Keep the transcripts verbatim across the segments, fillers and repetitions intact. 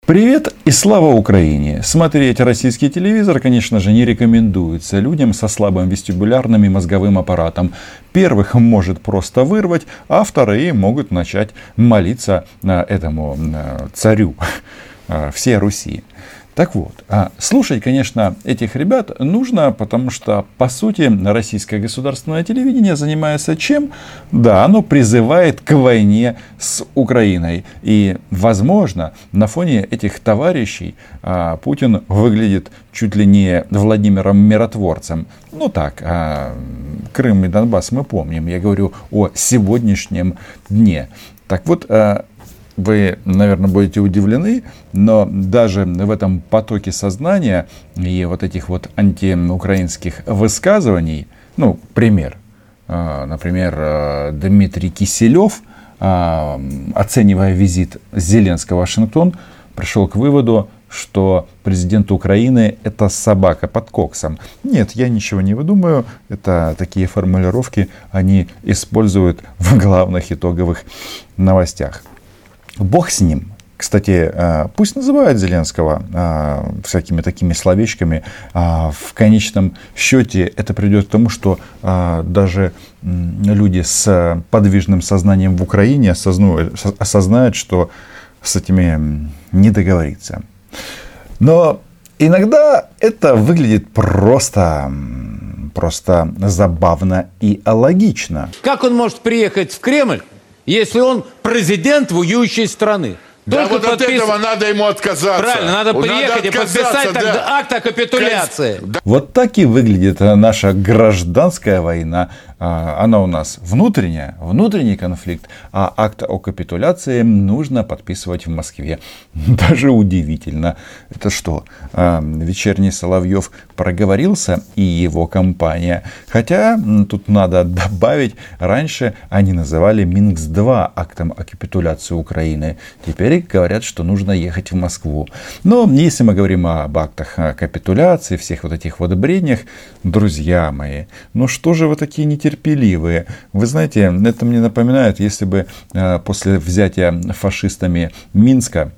Привет и слава Украине! Смотреть российский телевизор, конечно же, не рекомендуется людям со слабым вестибулярным и мозговым аппаратом. Первых может просто вырвать, а вторые могут начать молиться этому царю всей Руси. Так вот, слушать, конечно, этих ребят нужно, потому что, по сути, российское государственное телевидение занимается чем? Да, оно призывает к войне с Украиной. И, возможно, на фоне этих товарищей Путин выглядит чуть ли не Владимиром Миротворцем. Ну так, Крым и Донбасс мы помним. Я говорю о сегодняшнем дне. Так вот, вы, наверное, будете удивлены, но даже в этом потоке сознания и вот этих вот антиукраинских высказываний, ну, пример, например, Дмитрий Киселев, оценивая визит Зеленского в Вашингтон, пришел к выводу, что президент Украины — это собака под коксом. Нет, я ничего не выдумаю. Это такие формулировки они используют в главных итоговых новостях. Бог с ним. Кстати, пусть называют Зеленского всякими такими словечками. В конечном счете это приведет к тому, что даже люди с подвижным сознанием в Украине осознают, что с этими не договориться. Но иногда это выглядит просто, просто забавно и логично. Как он может приехать в Кремль, если он президент воюющей страны? Да, Только вот подпис... от этого надо ему отказаться. Правильно, надо приехать и подписать да. тогда акт о капитуляции. Вот так и выглядит наша гражданская война. Она у нас внутренняя, внутренний конфликт, а акт о капитуляции нужно подписывать в Москве. Даже удивительно. Это что, вечерний Соловьев проговорился и его компания? Хотя тут надо добавить, раньше они называли Минск-два актом о капитуляции Украины. Теперь говорят, что нужно ехать в Москву. Но если мы говорим об актах капитуляции, всех вот этих вот бреднях, друзья мои, ну что же вы такие нетерпеливые? Вы знаете, это мне напоминает, если бы после взятия фашистами Минска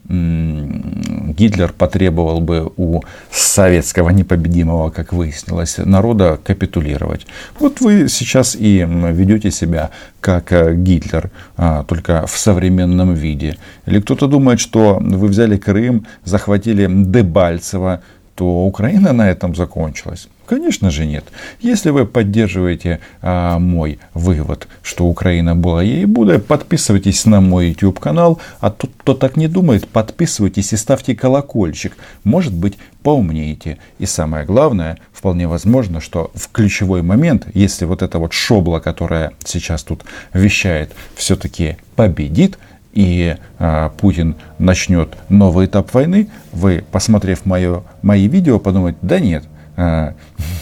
Гитлер потребовал бы у советского непобедимого, как выяснилось, народа капитулировать. Вот вы сейчас и ведете себя как Гитлер, только в современном виде. Или кто-то думает, что вы взяли Крым, захватили Дебальцево, то Украина на этом закончилась. Конечно же нет. Если вы поддерживаете а, мой вывод, что Украина была ей и будет, подписывайтесь на мой YouTube канал. А тот, кто так не думает, подписывайтесь и ставьте колокольчик. Может быть, поумнеете. И самое главное, вполне возможно, что в ключевой момент, если вот эта вот шобла, которая сейчас тут вещает, все-таки победит, и а, Путин начнет новый этап войны, вы, посмотрев мое, мои видео, подумаете, да нет, а,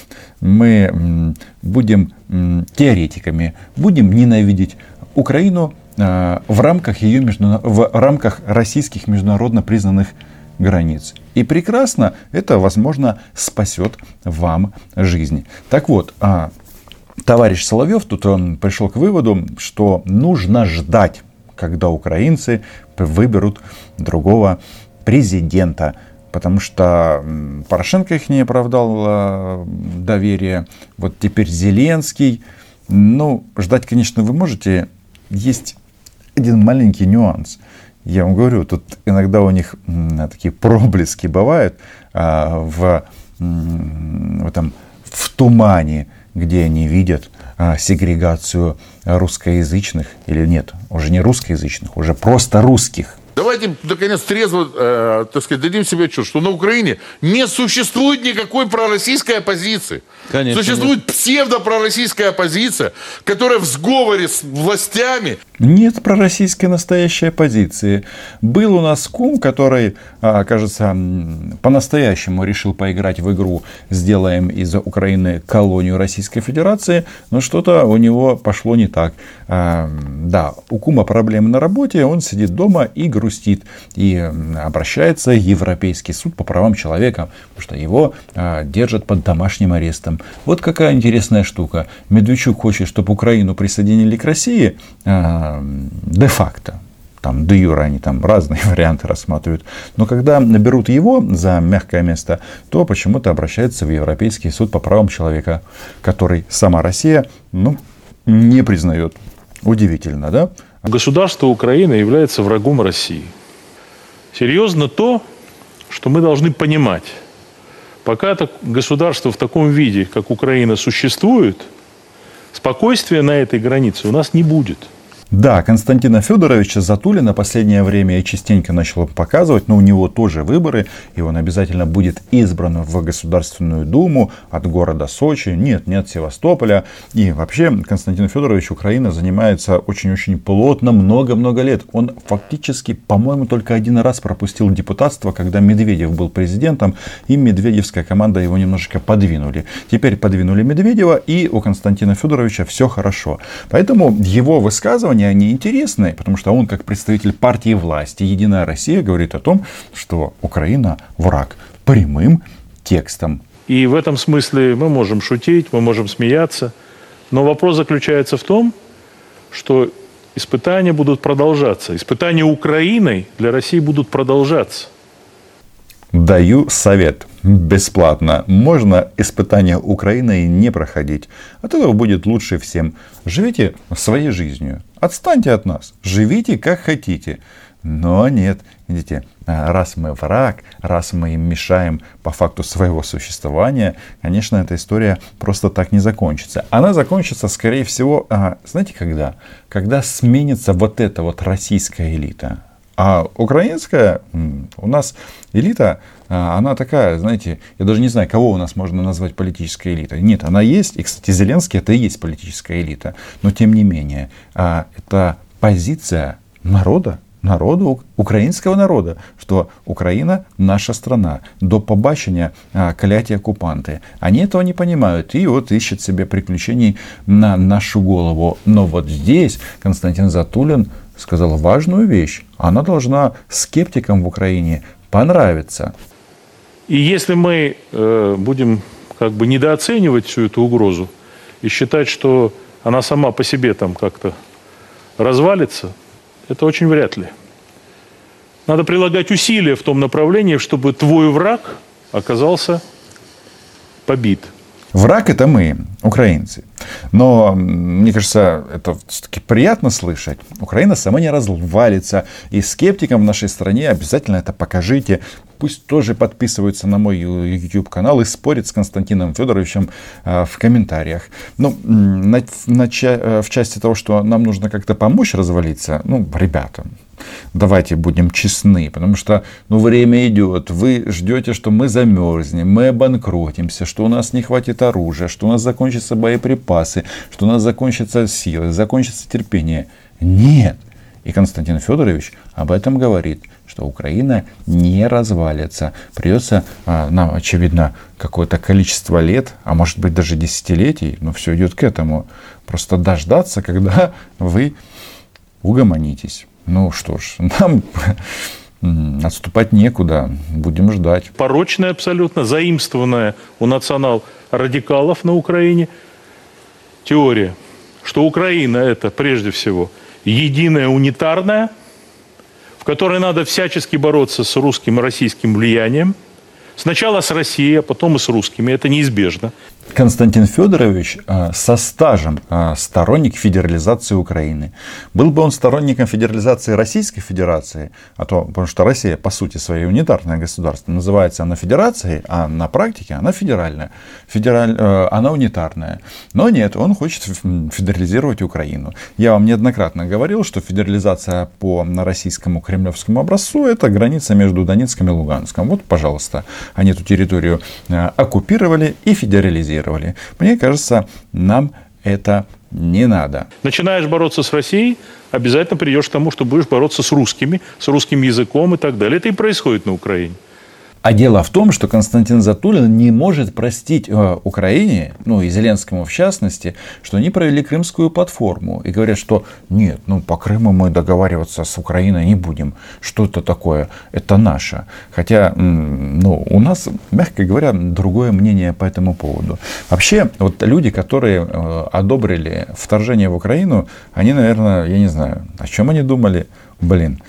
мы м, будем м, теоретиками, будем ненавидеть Украину а, в рамках ее между, в рамках российских международно признанных границ. И прекрасно, это, возможно, спасет вам жизнь. Так вот, а, товарищ Соловьев, тут он пришел к выводу, что нужно ждать, когда украинцы выберут другого президента. Потому что Порошенко их не оправдал доверие. Вот теперь Зеленский. Ну, ждать, конечно, вы можете. Есть один маленький нюанс. Я вам говорю, тут иногда у них такие проблески бывают в, в, этом, в тумане, где они видят сегрегацию русскоязычных, или нет, уже не русскоязычных, уже просто русских. Давайте, наконец, трезво, э, так сказать, дадим себе отчет, что на Украине не существует никакой пророссийской оппозиции. Конечно, существует нет. псевдопророссийская оппозиция, которая в сговоре с властями. Нет пророссийской настоящей оппозиции. Был у нас кум, который, кажется, по-настоящему решил поиграть в игру «Сделаем из Украины колонию Российской Федерации», но что-то у него пошло не так. Да, у кума проблемы на работе, он сидит дома и грустит. И обращается в Европейский суд по правам человека, потому что его держат под домашним арестом. Вот какая интересная штука. Медведчук хочет, чтобы Украину присоединили к России де-факто. там де юре они там разные варианты рассматривают. Но когда берут его за мягкое место, то почему-то обращаются в Европейский суд по правам человека, который сама Россия, ну, не признает. Удивительно, да? Государство Украины является врагом России. Серьезно то, что мы должны понимать. Пока это государство в таком виде, как Украина, существует, спокойствия на этой границе у нас не будет. Да, Константина Федоровича Затулина последнее время я частенько начал показывать, но у него тоже выборы, и он обязательно будет избран в Государственную Думу от города Сочи, нет, не от Севастополя. И вообще Константин Федорович Украина занимается очень-очень плотно, много-много лет. Он фактически, по-моему, только один раз пропустил депутатство, когда Медведев был президентом, и медведевская команда его немножечко подвинули. Теперь подвинули Медведева, и у Константина Федоровича все хорошо. Поэтому его высказывания, они интересные, потому что он, как представитель партии власти «Единая Россия», говорит о том, что Украина враг прямым текстом. И в этом смысле мы можем шутить, мы можем смеяться, но вопрос заключается в том, что испытания будут продолжаться. Испытания Украиной для России будут продолжаться. Даю совет. Бесплатно. Можно испытания Украиной не проходить. От этого будет лучше всем. Живите своей жизнью. Отстаньте от нас. Живите как хотите. Но нет. Видите, раз мы враг, раз мы им мешаем по факту своего существования, конечно, эта история просто так не закончится. Она закончится, скорее всего, знаете когда? Когда сменится вот эта вот российская элита. А украинская у нас элита, она такая, знаете, я даже не знаю, кого у нас можно назвать политической элитой. Нет, она есть, и, кстати, Зеленский это и есть политическая элита. Но, тем не менее, это позиция народа, народу, украинского народа, что Украина наша страна, до побачення кляті оккупанты. Они этого не понимают и вот ищут себе приключений на нашу голову. Но вот здесь Константин Затулин сказал важную вещь. Она должна скептикам в Украине понравиться. И если мы э, будем как бы недооценивать всю эту угрозу и считать, что она сама по себе там как-то развалится, это очень вряд ли. Надо прилагать усилия в том направлении, чтобы твой враг оказался побит. Враг это мы, украинцы. Но, мне кажется, это все-таки приятно слышать. Украина сама не развалится. И скептикам в нашей стране обязательно это покажите. Пусть тоже подписываются на мой YouTube-канал и спорят с Константином Федоровичем э, в комментариях. Ну, на, на, в части того, что нам нужно как-то помочь развалиться, ну, ребята, давайте будем честны, потому что ну, время идет, вы ждете, что мы замерзнем, мы обанкротимся, что у нас не хватит оружия, что у нас закончатся боеприпасы, что у нас закончатся силы, закончится терпение. Нет. И Константин Федорович об этом говорит, что Украина не развалится. Придется а, нам, очевидно, какое-то количество лет, а может быть даже десятилетий, но все идет к этому. Просто дождаться, когда вы угомонитесь. Ну что ж, нам отступать некуда, будем ждать. Порочная абсолютно, заимствованная у национал-радикалов на Украине теория, что Украина это прежде всего единая унитарная, в которой надо всячески бороться с русским и российским влиянием. Сначала с Россией, а потом и с русскими. Это неизбежно. Константин Федорович со стажем сторонник федерализации Украины. Был бы он сторонником федерализации Российской Федерации, а то, потому что Россия по сути своей унитарное государство, называется она федерацией, а на практике она федеральная, Федераль, она унитарная. Но нет, он хочет федерализировать Украину. Я вам неоднократно говорил, что федерализация по российскому кремлевскому образцу это граница между Донецком и Луганском. Вот, пожалуйста, они эту территорию оккупировали и федерализировали. Мне кажется, нам это не надо. Начинаешь бороться с Россией, обязательно придешь к тому, что будешь бороться с русскими, с русским языком и так далее. Это и происходит на Украине. А дело в том, что Константин Затулин не может простить э, Украине, ну и Зеленскому в частности, что они провели Крымскую платформу. И говорят, что нет, ну по Крыму мы договариваться с Украиной не будем. Что это такое? Это наше. Хотя ну, у нас, мягко говоря, другое мнение по этому поводу. Вообще, вот люди, которые э, одобрили вторжение в Украину, они, наверное, я не знаю, о чем они думали. блин,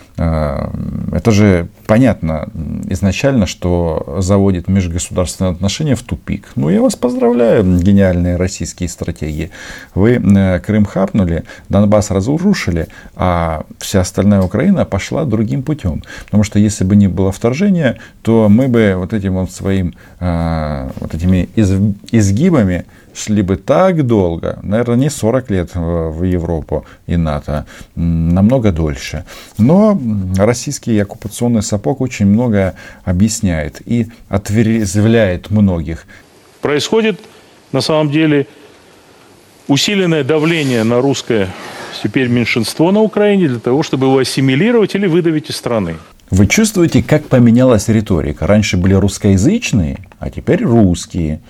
это же понятно изначально, что заводит межгосударственные отношения в тупик. Ну, я вас поздравляю, гениальные российские стратегии. Вы Крым хапнули, Донбасс разрушили, а вся остальная Украина пошла другим путем. Потому что если бы не было вторжения, то мы бы вот этим вот своим, вот этими изгибами шли бы так долго, наверное, не сорок лет в Европу и НАТО, намного дольше. Но российский оккупационный сапог очень многое объясняет и отрезвляет многих. Происходит, на самом деле, усиленное давление на русское теперь меньшинство на Украине для того, чтобы его ассимилировать или выдавить из страны. Вы чувствуете, как поменялась риторика? Раньше были русскоязычные, а теперь русские.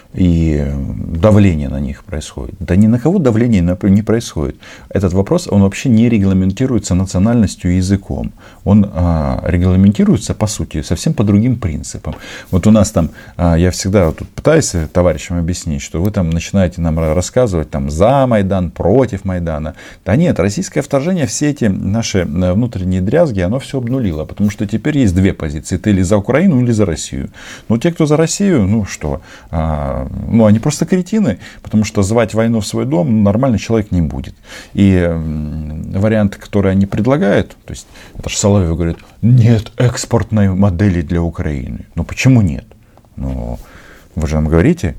И давление на них происходит. Да ни на кого давление не происходит. Этот вопрос, он вообще не регламентируется национальностью и языком. Он а, регламентируется, по сути, совсем по другим принципам. Вот у нас там, а, я всегда вот тут пытаюсь товарищам объяснить, что вы там начинаете нам рассказывать там, за Майдан, против Майдана. Да нет, российское вторжение, все эти наши внутренние дрязги, оно все обнулило. Потому что теперь есть две позиции. Ты или за Украину, или за Россию. Но те, кто за Россию, ну что... А, ну, они просто кретины, потому что звать войну в свой дом нормальный человек не будет. И варианты, которые они предлагают, то есть, это же Соловьев говорит, нет экспортной модели для Украины. Ну, почему нет? Ну, вы же нам говорите,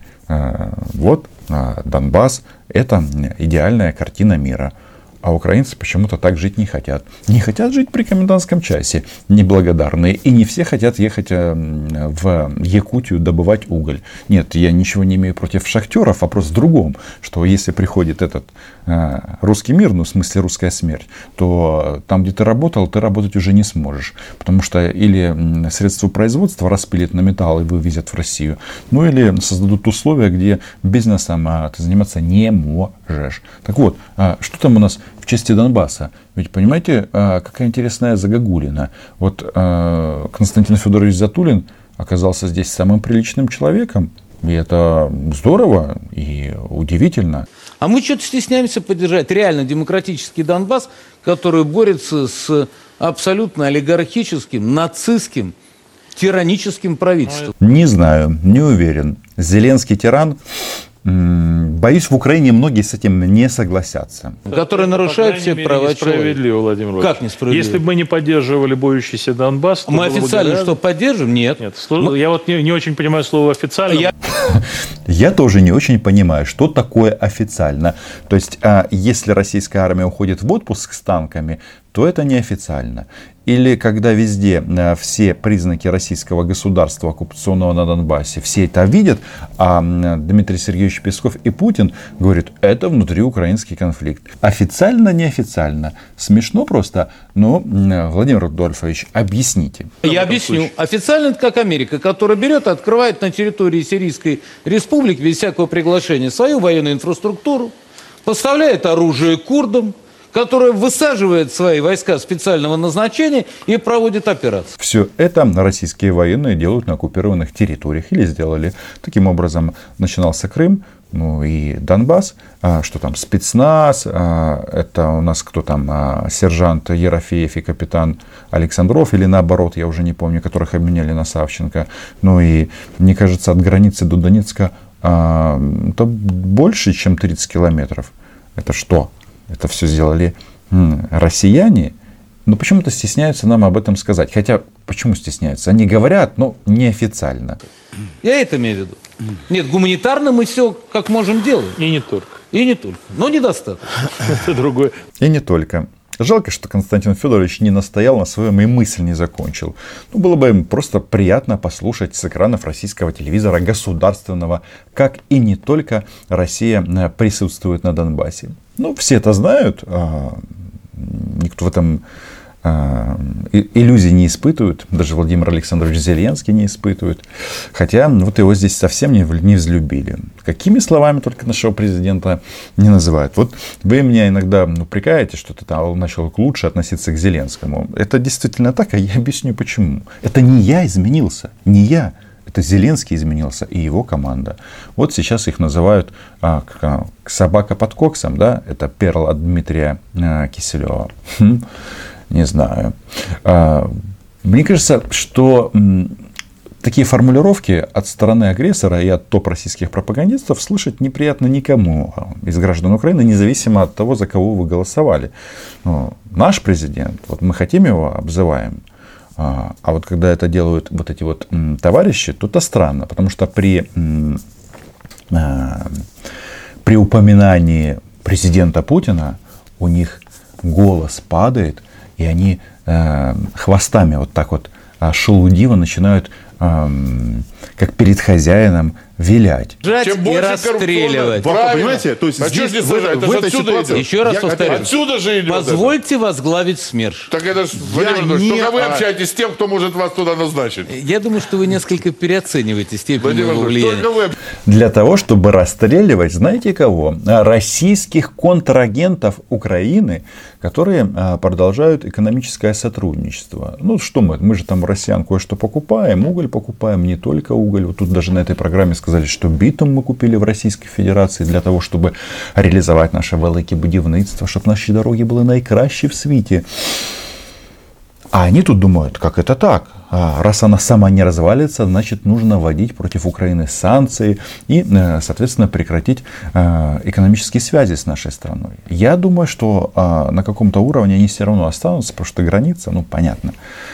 вот Донбасс – это идеальная картина мира. А украинцы почему-то так жить не хотят. Не хотят жить при комендантском часе, неблагодарные. И не все хотят ехать в Якутию добывать уголь. Нет, я ничего не имею против шахтеров. Вопрос в другом. Что если приходит этот русский мир, ну в смысле русская смерть, то там, где ты работал, ты работать уже не сможешь. Потому что или средства производства распилят на металл и вывезят в Россию. Ну или создадут условия, где бизнесом ты заниматься не можешь. Так вот, что там у нас в части Донбасса? Ведь понимаете, какая интересная загогулина. Вот Константин Федорович Затулин оказался здесь самым приличным человеком. И это здорово и удивительно. А мы что-то стесняемся поддержать реально демократический Донбасс, который борется с абсолютно олигархическим, нацистским, тираническим правительством. Не знаю, не уверен. Зеленский тиран. Боюсь, в Украине многие с этим не согласятся. Которые нарушают все права человека. Несправедливо, Владимир Владимирович. Как несправедливо? Если бы мы не поддерживали борющийся Донбасс... То мы официально бы... что, поддержим? Нет. Нет. Мы... Я вот не, не очень понимаю слово «официально». Я... Я тоже не очень понимаю, что такое официально. То есть, если российская армия уходит в отпуск с танками, то это неофициально. Или когда везде все признаки российского государства, оккупационного на Донбассе, все это видят, а Дмитрий Сергеевич Песков и Путин говорят, это внутриукраинский конфликт. Официально, неофициально. Смешно просто, но, Владимир Рудольфович, объясните. Я объясню. Официально это как Америка, которая берет и открывает на территории Сирийской республики без всякого приглашения свою военную инфраструктуру, поставляет оружие курдам, которая высаживает свои войска специального назначения и проводит операции. Все это российские военные делают на оккупированных территориях или сделали. Таким образом начинался Крым, ну и Донбасс, а, что там спецназ, а, это у нас кто там, а, сержант Ерофеев и капитан Александров, или наоборот, я уже не помню, которых обменяли на Савченко. Ну и мне кажется, от границы до Донецка а, это больше, чем тридцать километров. Это что? Это все сделали м, россияне, но почему-то стесняются нам об этом сказать. Хотя, почему стесняются? Они говорят, но неофициально. Я это имею в виду. Нет, гуманитарно мы все как можем делаем. И не только. И не только. Но недостаточно. Это другое. И не только. Жалко, что Константин Федорович не настоял на своем и мысль не закончил. Ну, было бы им просто приятно послушать с экранов российского телевизора государственного, как и не только Россия присутствует на Донбассе. Ну, все это знают, а никто в этом а, иллюзий не испытывает. Даже Владимир Александрович Зеленский не испытывает. Хотя вот его здесь совсем не, не взлюбили. Какими словами только нашего президента не называют. Вот вы меня иногда упрекаете, что ты там начал лучше относиться к Зеленскому. Это действительно так, а я объясню почему. Это не я изменился, не я. Это Зеленский изменился и его команда. Вот сейчас их называют а, как, собака под коксом, да? Это перл от Дмитрия а, Киселева. Не знаю. Мне кажется, что такие формулировки от стороны агрессора и от топ российских пропагандистов слышать неприятно никому из граждан Украины, независимо от того, за кого вы голосовали. Ну, наш президент, вот мы хотим его, обзываем. А вот когда это делают вот эти вот товарищи, то это странно, потому что при, при упоминании президента Путина у них голос падает, и они хвостами вот так вот шелудиво начинают, как перед хозяином, вилять. Жать и расстреливать. Понимаете? То есть а здесь, в, в, в этой ситуации... Еще раз повторю. Отсюда же идет. Позвольте это. возглавить СМЕРШ. Так это ж, Владимир Владимирович, только вы общаетесь с тем, кто может вас туда назначить. Я думаю, что вы несколько переоцениваете степень его влияния. Вы... Для того, чтобы расстреливать, знаете кого? Российских контрагентов Украины, которые продолжают экономическое сотрудничество. Ну что мы? Мы же там у россиян кое-что покупаем. Уголь покупаем, не только уголь. Вот тут даже на этой программе сказали, что битум мы купили в Российской Федерации для того, чтобы реализовать наше велике будівництво, чтобы наши дороги были найкращі в світі. А они тут думают, как это так? А раз она сама не развалится, значит, нужно вводить против Украины санкции и, соответственно, прекратить экономические связи с нашей страной. Я думаю, что на каком-то уровне они все равно останутся, потому что граница, ну, понятно.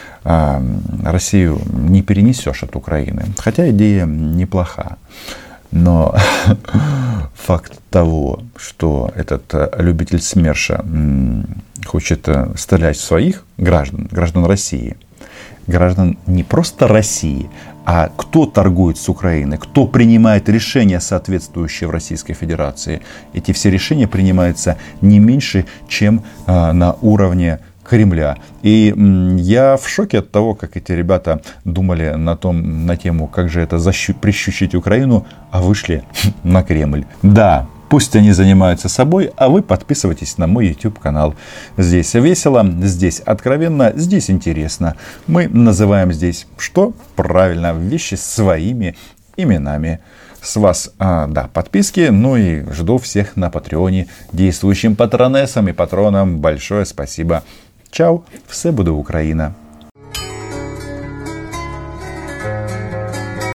Россию не перенесешь от Украины. Хотя идея неплоха. Но факт того, что этот любитель СМЕРШа хочет стрелять в своих граждан, граждан России, граждан не просто России, а кто торгует с Украиной, кто принимает решения, соответствующие в Российской Федерации. Эти все решения принимаются не меньше, чем на уровне Кремля. И я в шоке от того, как эти ребята думали на, том, на тему, как же это защу- прищучить Украину, а вышли на Кремль. Да, пусть они занимаются собой, а вы подписывайтесь на мой YouTube канал. Здесь весело, здесь откровенно, здесь интересно. Мы называем здесь что? Правильно, вещи своими именами. С вас, а, да, подписки, ну и жду всех на Патреоне, действующим патронессам и патронам. Большое спасибо. Чао, все буде Україна.